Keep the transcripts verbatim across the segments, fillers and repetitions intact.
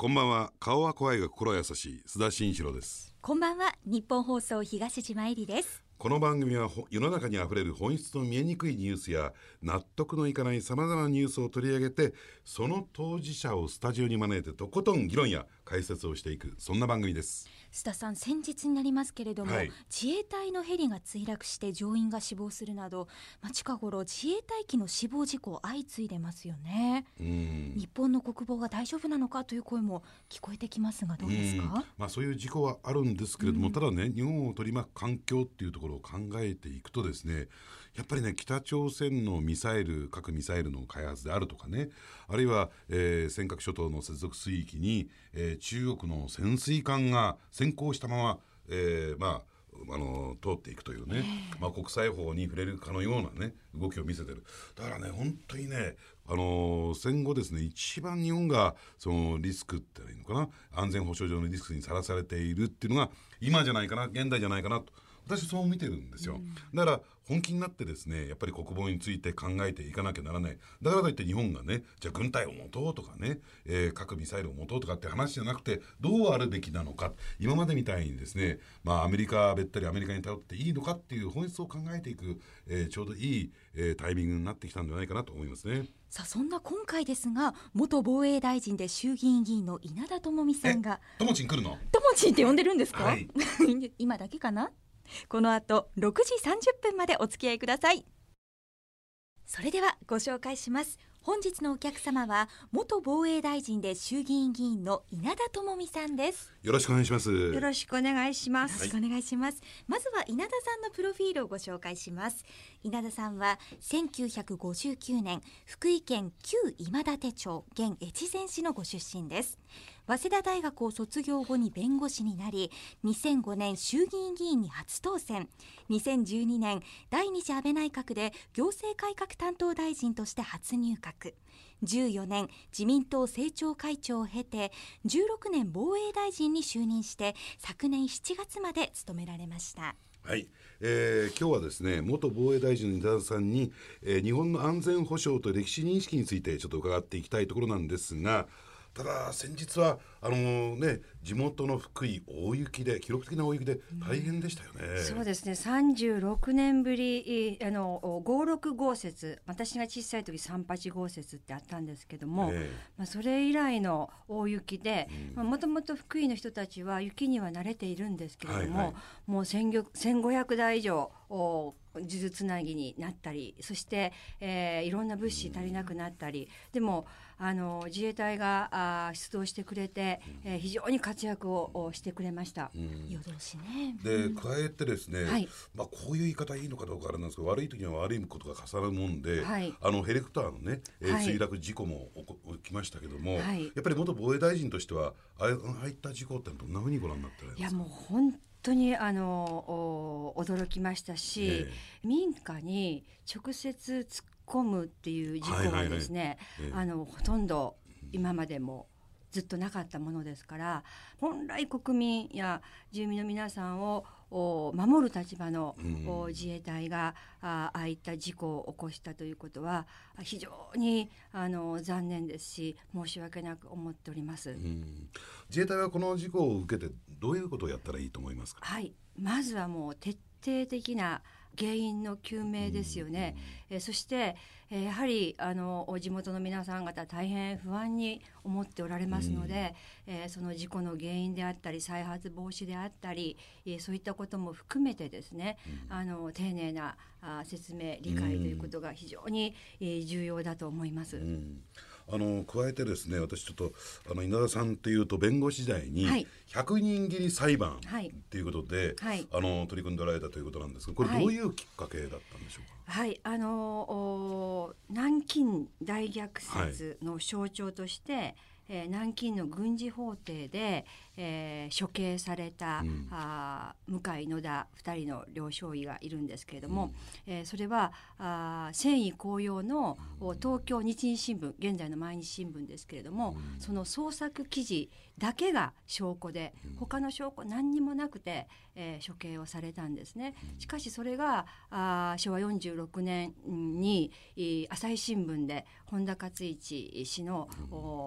こんばんは。顔は怖いが心優しい須田慎一郎です。 こんばんは。日本放送東島えりです。 この番組は世の中にあふれる本質の見えにくいニュースや納得のいかないさまざまなニュースを取り上げて、その当事者をスタジオに招いてとことん議論や解説をしていく、そんな番組です。 須田さん、先日になりますけれども、はい、自衛隊のヘリが墜落して乗員が死亡するなど、まあ、近頃自衛隊機の死亡事故相次いでますよね。うん、日本の国防が大丈夫なのかという声も聞こえてきますが、どうですか？ うん、まあ、そういう事故はあるんですけれども、うん、ただね、日本を取り巻く環境っていうところを考えていくとですね、やっぱりね、北朝鮮のミサイル核ミサイルの開発であるとかね、あるいは、えー、尖閣諸島の接続水域に、えー、中国の潜水艦が先行したまま、えー、まああの通っていくというね、まあ、国際法に触れるかのようなね動きを見せてる。だからね、本当にね、あのー、戦後ですね、一番日本がそのリスクって言うのかな、安全保障上のリスクにさらされているっていうのが今じゃないかな、現代じゃないかなと私そう見てるんですよ、うん、だから本気になってですね、やっぱり国防について考えていかなきゃならない。だからといって日本がね、じゃあ軍隊を持とうとかね、えー、核ミサイルを持とうとかって話じゃなくて、どうあるべきなのか、今までみたいにですね、まあアメリカべったりアメリカに頼っていいのかっていう本質を考えていく、えー、ちょうどいい、えー、タイミングになってきたんじゃないかなと思いますね。 さあ、そんな今回ですが、元防衛大臣で衆議院議員の稲田朋美さんが、 ともちん来るの？ ともちんって呼んでるんですか？ はい、 今だけかな。この後ろくじさんじゅっぷんまでお付き合いください。それではご紹介します。本日のお客様は元防衛大臣で衆議院議員の稲田朋美さんです。 よろしくお願いします。 よろしくお願いします。 よろしくお願いします、はい、まずは稲田さんのプロフィールをご紹介します。稲田さんはせんきゅうひゃくごじゅうきゅうねん福井県旧今立町現越前市のご出身です。早稲田大学を卒業後に弁護士になり、にせんごねん衆議院議員に初当選、にせんじゅうにねん第二次安倍内閣で行政改革担当大臣として初入閣、じゅうよねん自民党政調会長を経てじゅうろくねん防衛大臣に就任して昨年しちがつまで務められました。 はい、えー、今日はですね、元防衛大臣の稲田さんに、えー、日本の安全保障と歴史認識についてちょっと伺っていきたいところなんですが、ただ先日はあのーね、地元の福井大雪で記録的な大雪で大変でしたよね、 うん、そうですね。さんじゅうろくねんぶり、あのごじゅうろくごうせつ、私が小さい時さんじゅうはちごうせつってあったんですけども、えーまあ、それ以来の大雪で、もともと福井の人たちは雪には慣れているんですけれども、はいはい、もうせんごひゃくだい以上数珠つなぎになったり、そして、えー、いろんな物資足りなくなったり、でもあの自衛隊があ出動してくれて、えー、非常に活躍をしてくれました、 うん、夜通しね。 で加えてですね、 はい、 まあ、こういう言い方いいのかどうかあれなんですけど、悪い時には悪いことが重なるもんで、 はい、 あのヘリコプターのね、えーはい、墜落事故も起きましたけども、はい、やっぱり元防衛大臣としてはああいった事故ってどんなふうにご覧になってられますか？ いや、もう本当にあの驚きましたし、えー、民家に直接突っ込むっていう事故はですね、はいはいはい、あのほとんど今までもずっとなかったものですから、本来国民や住民の皆さんを守る立場の、うん、自衛隊が あ, ああいった事故を起こしたということは非常にあの残念ですし、申し訳なく思っております、うん、 自衛隊はこの事故を受けてどういうことをやったらいいと思いますか？ はい、まずはもう徹底的な原因の究明ですよね、うん、えそして、えー、やはりあの地元の皆さん方大変不安に思っておられますので、うん、えー、その事故の原因であったり再発防止であったり、えー、そういったことも含めてですね、うん、あの丁寧なあ説明理解ということが非常に、えー、重要だと思います、うん、 あの加えてですね、私ちょっとあの稲田さんっていうと弁護士時代にひゃくにん切り裁判っていうことで、はい、あの取り組んでおられたということなんですが、これどういうきっかけだったんでしょうか？ はい、あの南京大虐殺の象徴として、はい、えー、南京の軍事法廷で、えー、処刑された、うん、あ向井野田ふたりの両少尉がいるんですけれども、うん、えー、それはあ戦意高揚の、うん、東京日日新聞、現在の毎日新聞ですけれども、うん、その創作記事だけが証拠で、うん、他の証拠何にもなくて、えー、処刑をされたんですね。しかしそれがあしょわよんじゅうろくねんに朝日新聞で本田勝一氏の、うん、中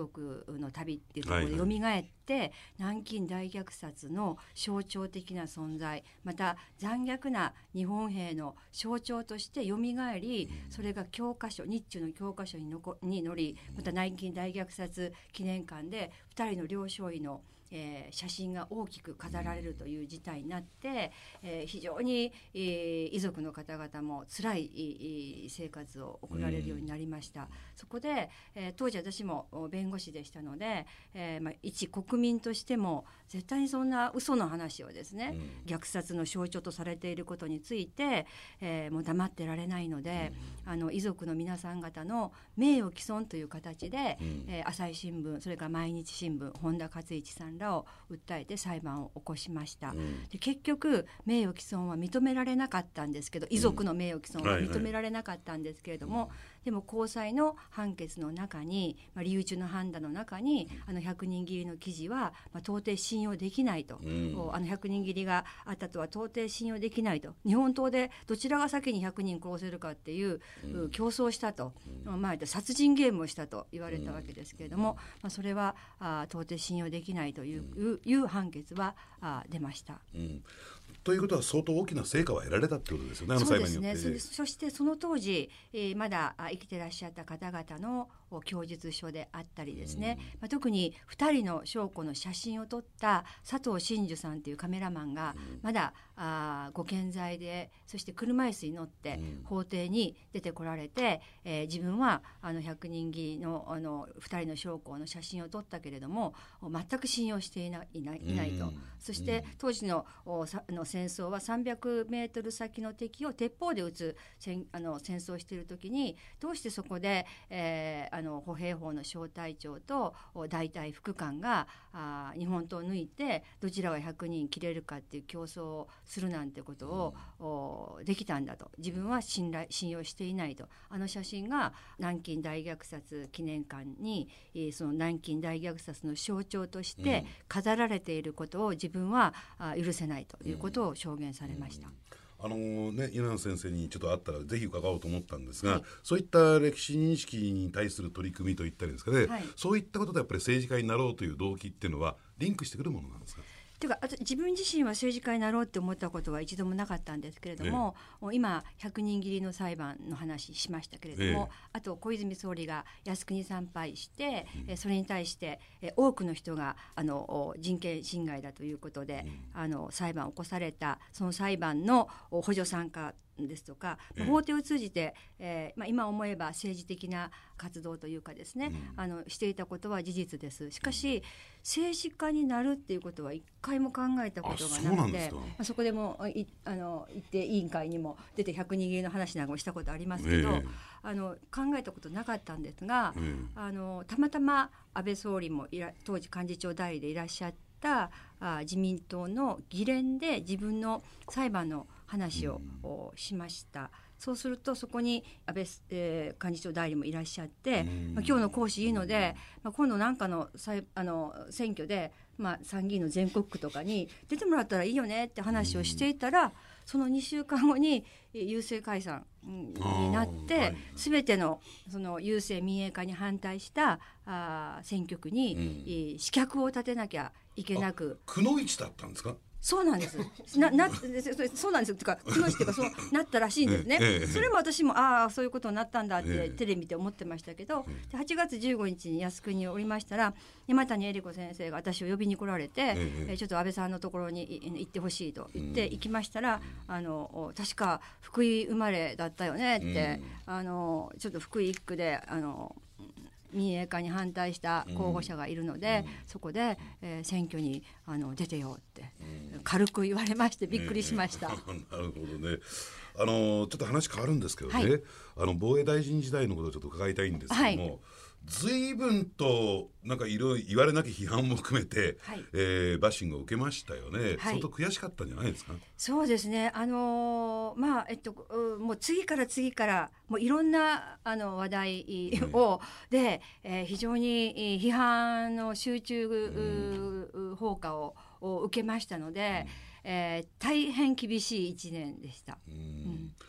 国の旅っていうところで蘇って、はいはい、南京大虐殺の象徴的な存在、また残虐な日本兵の象徴として蘇り、それが教科書、日中の教科書にのこに載り、また南京大虐殺記念館でふたりの両少尉のえー、写真が大きく飾られるという事態になって、えー、非常に、えー、遺族の方々も辛い生活を送られるようになりました。そこで、えー、当時私も弁護士でしたので、えーまあ、一国民としても絶対にそんな嘘の話をですね、うん、虐殺の象徴とされていることについて、えー、もう黙ってられないので、うん、あの遺族の皆さん方の名誉毀損という形で、うんえー、朝日新聞、それから毎日新聞、本田勝一さんらを訴えて裁判を起こしました。うん、で結局名誉毀損は認められなかったんですけど、遺族の名誉毀損は認められなかったんですけれども、うんはいはい、でも高裁の判決の中に、まあ、理由中の判断の中に、あのひゃくにん切りの記事は、まあ、到底信用できないと、うん、あのひゃくにん切りがあったとは到底信用できないと、日本刀でどちらが先にひゃくにん殺せるかっていう、うん、競争したと、うんまあ、殺人ゲームをしたと言われたわけですけれども、まあ、それはあ到底信用できないという、うん、いう判決はあ出ました。 うんということは相当大きな成果は得られたということですよね、あの裁判によって。 そうですね。そ, そしてその当時、えー、まだ生きてらっしゃった方々の供述書であったりですね、まあ、特にふたりの証拠の写真を撮った佐藤真珠さんというカメラマンがまだあご健在で、そして車椅子に乗って法廷に出てこられて、えー、自分はあのひゃくにん切り の, あのふたりの証拠の写真を撮ったけれども全く信用していない、いない、いないと。そして当時 の, の戦争はさんびゃくメートル先の敵を鉄砲で撃つ戦, あの戦争をしている時に、どうしてそこで、えー、あの歩兵砲の小隊長と大隊副官があ日本刀を抜いてどちらがひゃくにん切れるかっていう競争をするなんてことを、うん、できたんだと自分は信頼信用していないと。あの写真が南京大虐殺記念館に、えー、その南京大虐殺の象徴として飾られていることを自分はあ許せないということを証言されました。うんあのね、稲田先生にちょっと会ったらぜひ伺おうと思ったんですが、はい、そういった歴史認識に対する取り組みといったりですかね、はい、そういったことでやっぱり政治家になろうという動機っていうのはリンクしてくるものなんですか？ というか、あと自分自身は政治家になろうって思ったことは一度もなかったんですけれども、ええ、今ひゃくにん切りの裁判の話しましたけれども、ええ、あと小泉総理が靖国参拝して、うん、それに対して多くの人があの人権侵害だということで、うん、あの裁判を起こされたその裁判の補助参加ですとか、ええ、法廷を通じて、えーまあ、今思えば政治的な活動というかですね、うん、あのしていたことは事実です。しかし政治家になるっていうことは一回も考えたことがなくて、そ, まあ、そこでもいあの一定委員会にも出てひゃくにん切りの話なんかもしたことありますけど、ええ、あの考えたことなかったんですが、え、あのたまたま安倍総理もいら当時幹事長代理でいらっしゃったあ自民党の議連で自分の裁判の話を、うん、しました。そうするとそこに安倍、えー、幹事長代理もいらっしゃって、うん、まあ、今日の講師いいので、まあ、今度なんかの、あの選挙で、まあ、参議院の全国区とかに出てもらったらいいよねって話をしていたら、うん、そのにしゅうかんごに郵政解散になって、はい、全てのその郵政民営化に反対したあ選挙区に、うん、刺客を立てなきゃいけなく。 くのいちだったんですか？ そうなんですななそうなんですよとかくのいちというかそうなったらしいんですね、ええ、それも私もああそういうことになったんだって、え、テレビで思ってましたけど、ではちがつじゅうごにちに靖国におりましたら山谷恵理子先生が私を呼びに来られて、えちょっと安倍さんのところに行ってほしいと言って行きましたら、あの確か福井生まれだったよねって、あのちょっと福井一区であの民営化に反対した候補者がいるので、うん、そこで、えー、選挙にあの出てよって、うん、軽く言われましてびっくりしました、 えー、なるほどね。あのちょっと話変わるんですけどね、はい、あの防衛大臣時代のことをちょっと伺いたいんですけども、はい、随分となんかいろいろ言われなき批判も含めて、はい、えー、バッシングを受けましたよね、はい、相当悔しかったんじゃないですか？ そうですね、あのー、まあえっともう次から次からもういろんなあの話題を、うん、で、えー、非常に批判の集中、うん、放火を受けましたので、うん、えー、大変厳しいいちねんでした。うん、 た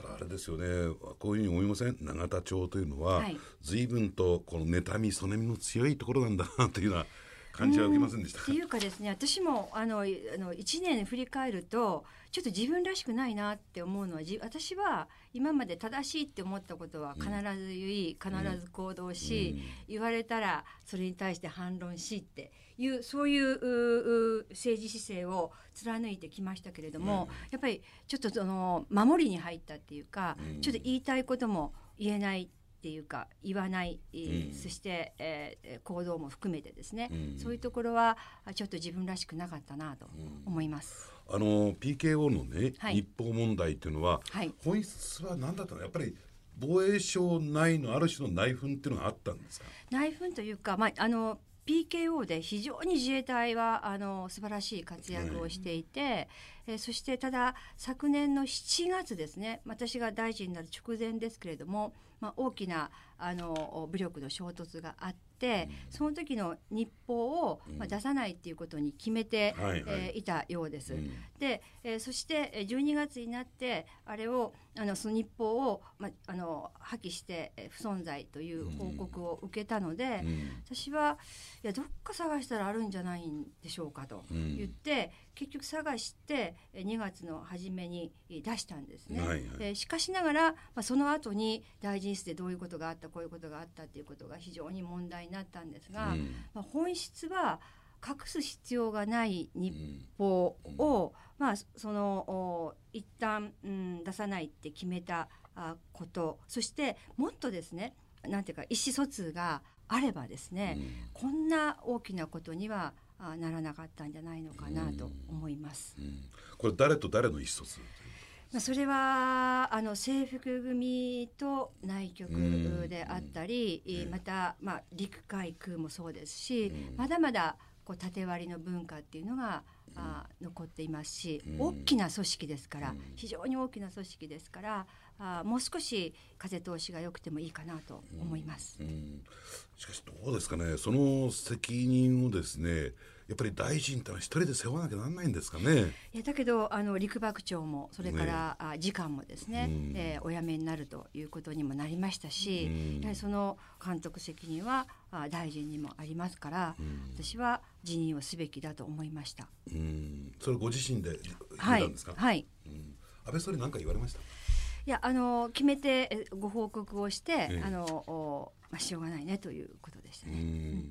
ただあれですよね、こういうふうに思いません？永田町というのは、はい、随分とこの妬みそねみの強いところなんだなというような感じは受けませんでしたか？ っていうかですね、私もあのあのいちねん振り返るとちょっと自分らしくないなって思うのは、私は今まで正しいって思ったことは必ず言い、うん、必ず行動し、うん、言われたらそれに対して反論しっていうそういう政治姿勢を貫いてきましたけれども、うん、やっぱりちょっとその守りに入ったっていうか、うん、ちょっと言いたいことも言えないっていうか言わない、うん、そして、えー、行動も含めてですね、うん、そういうところはちょっと自分らしくなかったなと思います、 うん、あの ピーケーオー のね、はい、日報問題っていうのは、はい、本質は何だったの？やっぱり防衛省内のある種の内紛っていうのがあったんですか？ 内紛というか、まあ、あの ピーケーオー で非常に自衛隊はあの素晴らしい活躍をしていて、うん、えー、そしてただ昨年のしちがつですね、私が大臣になる直前ですけれども、まあ、大きなあの武力の衝突があって、うん、その時の日報を、まあ、出さないっていうことに決めて、うん、えー、いたようです、うん、で、えー、そしてじゅうにがつになってあれをあのその日報を、まあ、あの破棄して、えー、不存在という報告を受けたので、うん、私はいやどっか探したらあるんじゃないんでしょうかと言って、うん、結局探してにがつの初めに出したんですね、はいはい、えー、しかしながら、まあ、その後に大臣室でどういうことがあったこういうことがあったということが非常に問題になったんですが、うん、まあ、本質は隠す必要がない日報を、うん、まあ、その一旦、うん、出さないって決めたこと、そしてもっとですね、なんていうか意思疎通があればですね、うん、こんな大きなことにはならなかったんじゃないのかなと思います、うんうん、 これ誰と誰の意思疎通？ まあ、それはあの制服組と内局であったり、うん、また、まあ、陸海空もそうですし、うん、まだまだこう縦割りの文化っていうのが、うん、あ残っていますし、うん、大きな組織ですから、うん、非常に大きな組織ですからあもう少し風通しが良くてもいいかなと思います、うんうん、 しかしどうですかね、その責任をですねやっぱり大臣ってのは一人で背負わなきゃなんないんですかね。 いやだけどあの陸幕長もそれから、ね、次官もですね、うん、えー、お辞めになるということにもなりましたし、うん、やはりその監督責任は大臣にもありますから、うん、私は辞任をすべきだと思いました、 うん、それご自身で決めたんですか？ はい、はい、 うん、安倍総理何か言われました？いやあの決めてご報告をして、ええ、あのまあ、しょうがないねということでしたね。うん、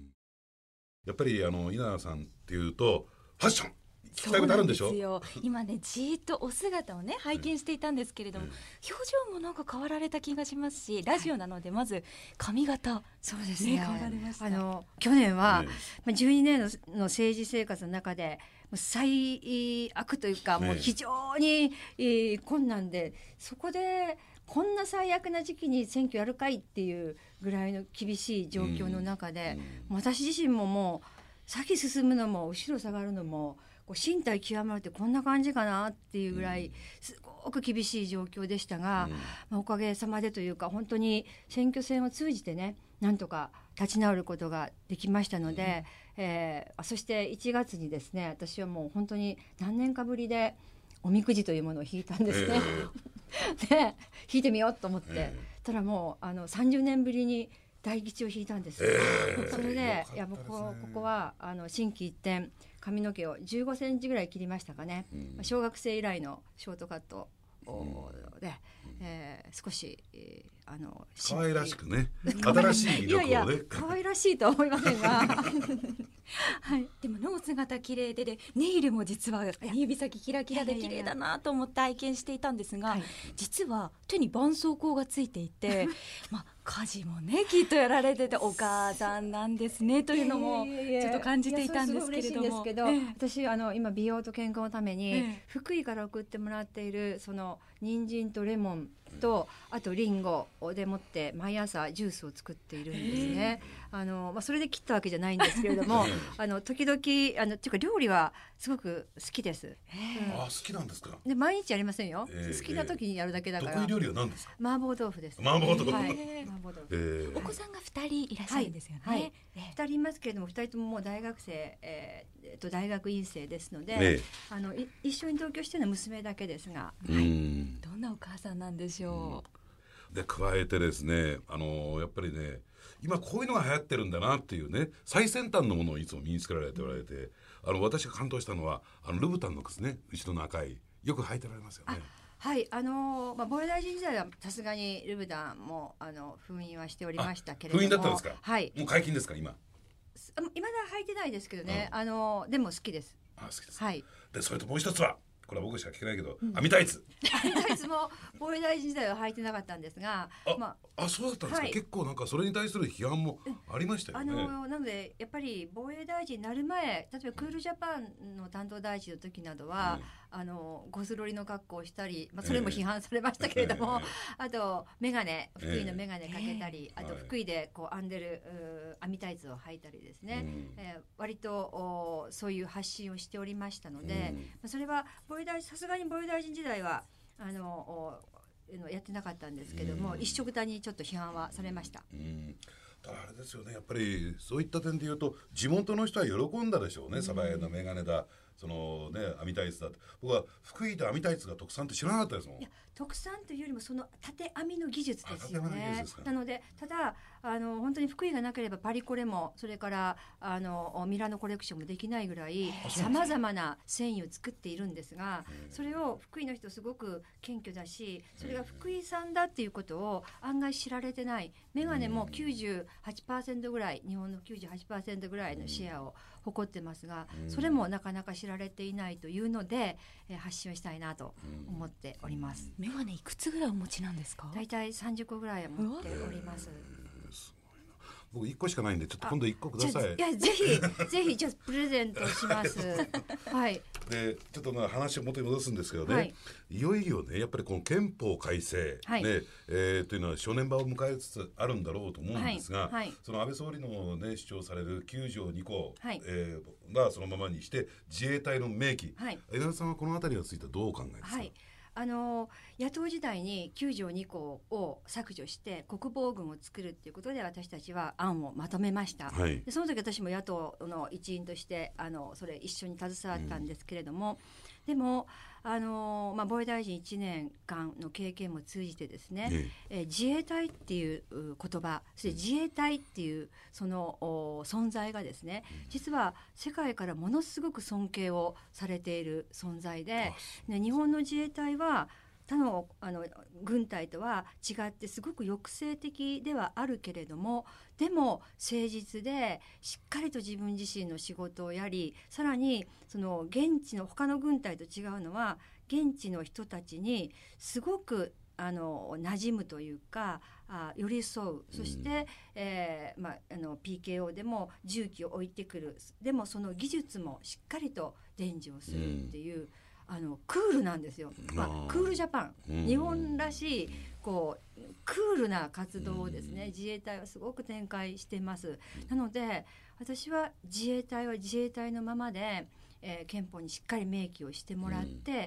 やっぱりあの稲田さんっていうとファッション聞きたいことあるんでしょ？ そうなんですよ。今ねじーっとお姿をね拝見していたんですけれども、うん、表情もなんか変わられた気がしますし、ラジオなのでまず髪型、はい、 そうですね、 変わられました。 あの去年は、ね、まあ、じゅうにねん の, の政治生活の中で最悪というか、ね、もう非常に、えー、困難で、そこでこんな最悪な時期に選挙やるかいっていうぐらいの厳しい状況の中で、うん、私自身ももう先進むのも後ろ下がるのもこう身体極まるってこんな感じかなっていうぐらいすごく厳しい状況でしたが、うん、まあ、おかげさまでというか本当に選挙戦を通じてねなんとか立ち直ることができましたので、うん、えー、そしていちがつにですね、私はもう本当に何年かぶりでおみくじというものを引いたんですね、えー、で引いてみようと思って、えー、ただもうあのさんじゅうねんぶりに大吉を引いたんです、えー、それでいやもう こ, ここはあの心機一転髪の毛をじゅうごセンチぐらい切りましたかね、うん、小学生以来のショートカットで、うん、えー、少し、えー、あの可愛らしくね新しい色をねいやいや可愛らしいとは思いませんがはい、でもねお姿綺麗ででネイルも実は指先キラキラで綺麗だなと思って拝見していたんですが、はい、実は手に絆創膏がついていてまあ家事もねきっとやられててお母さんなんですねというのもちょっと感じていたんですけれども、いやいやいや、そうそう嬉しいんですけど、ええ、私あの今美容と健康のために、え、 福井から送ってもらっているその人参とレモンとあとリンゴでもって毎朝ジュースを作っているんですね。あの、まあ、それで切ったわけじゃないんですけれどもあの時々あのっていうか料理はすごく好きです、 うん、あ好きなんですか。 で毎日やりませんよ、えー、好きな時にやるだけだから。 得意料理は何ですか。 麻婆豆腐です。 麻婆豆腐、 はい、麻婆豆腐、えー、お子さんがふたりいらっしゃるんですよね、 はいはい、ふたりいますけれどもふたりとももう大学生、えーえー、と大学院生ですので、 ええ、 あのい一緒に同居しているのは娘だけですが、 うん、 どんなお母さんなんでしょう。で加えてですね、あのやっぱりね今こういうのが流行ってるんだなっていうね、最先端のものをいつも身につけられておられて、あの私が感動したのはあのルブタンのですね、後ろの赤いよく履いてられますよね。 はい、あのーまあ、防衛大臣時代はさすがにルブタンもあの封印はしておりましたけれども、 封印だったんですか。 はい、 もう解禁ですか今。 今だ履いてないですけどね、 うん、 あのーでも好きです。 あ、好きです。 はい。 でそれともう一つは、これは僕しか聞けないけど、うん、網タイツ。 網タイツも防衛大臣時代は履いてなかったんですが、 あ、 まあ、そうだったんですか、 はい、 結構なんかそれに対する批判もありましたよね。 あのなのでやっぱり防衛大臣になる前、例えばクールジャパンの担当大臣の時などは、うん、あのゴスロリの格好をしたり、まあ、それも批判されましたけれども、えー、あとメガネ、福井のメガネかけたり、えー、あと福井でこう編んでる網タイツを履いたりですね、うん、えー、割とそういう発信をしておりましたので、うん、それは防衛大臣、さすがに防衛大臣時代はあのやってなかったんですけども、うん、一緒くたにちょっと批判はされました。 うん、ただあれですよね、やっぱりそういった点でいうと地元の人は喜んだでしょうね。鯖江のメガネだ、そのね、網タイツだって。僕は福井で網タイツが特産って知らなかったですもん。 いや、特産というよりもその縦編みの技術ですよね。なのでただあの本当に福井がなければパリコレも、それからあのミラノコレクションもできないぐらいさまざまな繊維を作っているんですが、それを福井の人すごく謙虚だし、それが福井産だっていうことを案外知られてない。メガネも きゅうじゅうはちパーセント ぐらい、日本の きゅうじゅうはちパーセント ぐらいのシェアを誇ってますが、それもなかなか知られていないというので、えー、発信をしたいなと思っております。 メガネいくつぐらいお持ちなんですか？ だいたいさんじゅっこぐらい持っております。 僕いっこしかないんで、ちょっと今度いっこください。 いや、ぜひぜひじゃあプレゼントしますはい。 でちょっとまあ話を元に戻すんですけどね、はい、いよいよねやっぱりこの憲法改正、はいねえー、というのは正念場を迎えつつあるんだろうと思うんですが、はいはい、その安倍総理の、ね、主張されるきゅう条に項、はいえー、がそのままにして自衛隊の明記、はい、稲田さんはこのあたりについてどうお考えですか？はい、 あの野党時代にきゅう条に項を削除して国防軍を作るっていうことで私たちは案をまとめました、はい、でその時私も野党の一員としてあのそれ一緒に携わったんですけれども、うん、でもあの、まあ、防衛大臣いちねんかんの経験も通じてですね、ねえ自衛隊っていう言葉、そして自衛隊っていうその存在がですね、実は世界からものすごく尊敬をされている存在で、ね、日本の自衛隊は他の、あの軍隊とは違ってすごく抑制的ではあるけれども、でも誠実でしっかりと自分自身の仕事をやり、さらにその現地の他の軍隊と違うのは現地の人たちにすごくあの馴染むというか、あ寄り添う、そして、うんえーまあ、あの ピーケーオー でも銃器を置いてくる、でもその技術もしっかりと伝授をするっていう、うんあのクールなんですよ、まあ、クールジャパン、うん、日本らしいこうクールな活動をですね、うん、自衛隊はすごく展開しています、うん、なので私は自衛隊は自衛隊のままで、えー、憲法にしっかり明記をしてもらって、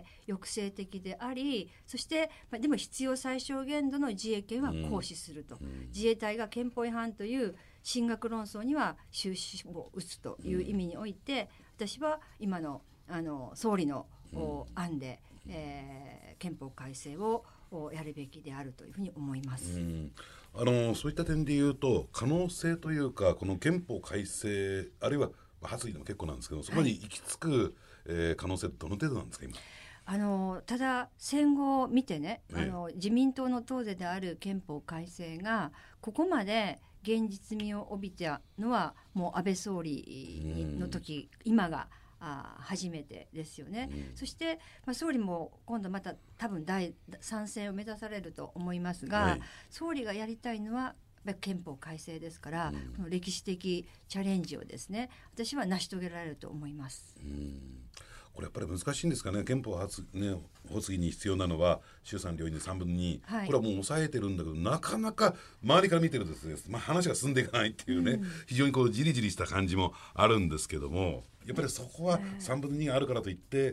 うん、抑制的であり、そして、まあ、でも必要最小限度の自衛権は行使すると、うん、自衛隊が憲法違反という神学論争には終止符を打つという意味において、私は今のあの総理の案で、えー、憲法改正をやるべきであるというふうに思います。 うん、あのそういった点でいうと可能性というか、この憲法改正あるいは発議でも結構なんですけど、そこに行き着く、はいえー、可能性ってどの程度なんですか今？ あのただ戦後を見てね、あの自民党の党是である憲法改正がここまで現実味を帯びたのはもう安倍総理の時、うん、今があ初めてですよね、うん、そして、まあ、総理も今度また多分第三戦を目指されると思いますが、はい、総理がやりたいのは憲法改正ですから、うん、この歴史的チャレンジをですね、私は成し遂げられると思います。 うん、これやっぱり難しいんですかね。憲法発、ね、発議に必要なのは衆参両院でさんぶんのに、はい、これはもう抑えてるんだけど、なかなか周りから見てるとですね、まあ、話が進んでいかないっていうね、うん、非常にこうじりじりした感じもあるんですけども、やっぱりそこはさんぶんのにがあるからといって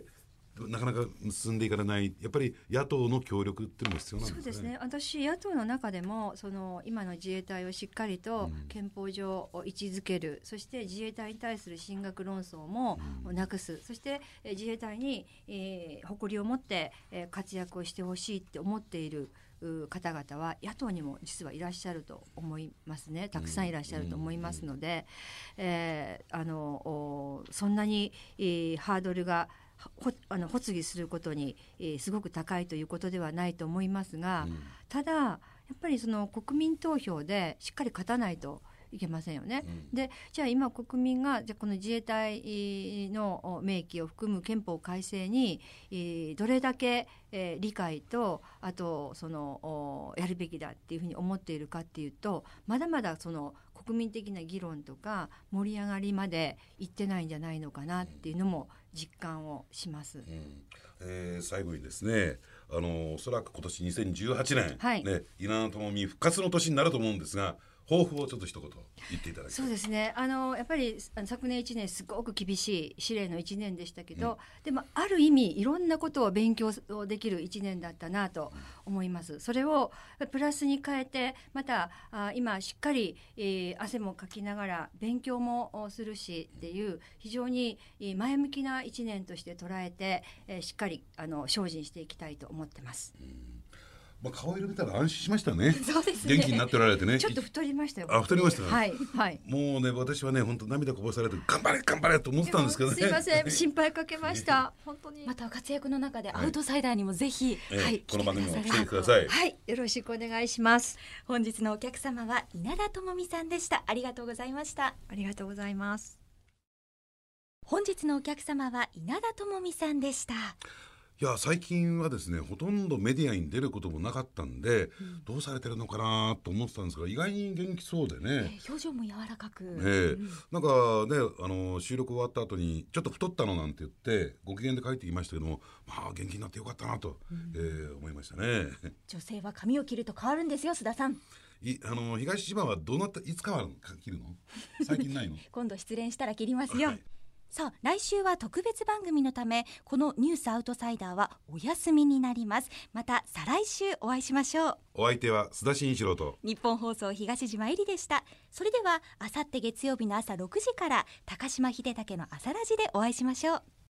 なかなか進んでいかれない、やっぱり野党の協力っていうのも必要なんですね。 そうですね。私野党の中でもその今の自衛隊をしっかりと憲法上位置づける、うん、そして自衛隊に対する進学論争もなくす、うん、そして自衛隊に、えー、誇りを持って、えー、活躍をしてほしいって思っている方々は野党にも実はいらっしゃると思いますね。たくさんいらっしゃると思いますので、うんえー、あのそんなに、えー、ハードルがほあの発議することに、えー、すごく高いということではないと思いますが、うん、ただやっぱりその国民投票でしっかり勝たないといけませんよね、うん、でじゃあ今国民がじゃあこの自衛隊の明記を含む憲法改正に、えー、どれだけ、えー、理解とあとそのやるべきだっていうふうに思っているかっていうと、まだまだその国民的な議論とか盛り上がりまでいってないんじゃないのかなっていうのも実感をします、うんえー、最後にですね、あのおそらく今年にせんじゅうはちねん、 はいね、稲田朋美復活の年になると思うんですが、抱負をちょっと一言言っていただきたい。 そうですね、あのやっぱり昨年いちねんすごく厳しい試練のいちねんでしたけど、うん、でもある意味いろんなことを勉強できるいちねんだったなと思います。それをプラスに変えて、またあ今しっかり、えー、汗もかきながら勉強もするしっていう非常に前向きないちねんとして捉えて、えー、しっかりあの精進していきたいと思ってます。うんまあ、顔色見たら安心しましたね。 そうですね。 元気になっておられてね。 ちょっと太りましたよ。 あ、太りました、ね。 はいはい。 もうね、私はね、本当涙こぼされて頑張れ頑張れと思ってたんですけどね。 すいません、心配かけました。本当に。 また活躍の中でアウトサイダーにもぜひ、 はい、 はい、 この番組も来てください。 はい、よろしくお願いします。 本日のお客様は稲田朋美さんでした。ありがとうございました。 ありがとうございます。 本日のお客様は稲田朋美さんでした。 いや最近はですねほとんどメディアに出ることもなかったんで、うん、どうされてるのかなと思ってたんですが、意外に元気そうでね、 えー、表情も柔らかく、 えーうん、なんかねあの収録終わった後にちょっと太ったのなんて言ってご機嫌で帰ってきましたけども、まあ元気になってよかったなと、うんえー、思いましたね。 女性は髪を切ると変わるんですよ、須田さん。 いあの東島はどうなったいつ変わるの切るの最近ないの今度失恋したら切りますよ、 はい。 さあ来週は特別番組のためこのニュースアウトサイダーはお休みになります。また再来週お会いしましょう。 お相手は須田慎一郎と日本放送東島えりでした。それではあさって月曜日の朝ろくじから高島秀武の朝ラジでお会いしましょう。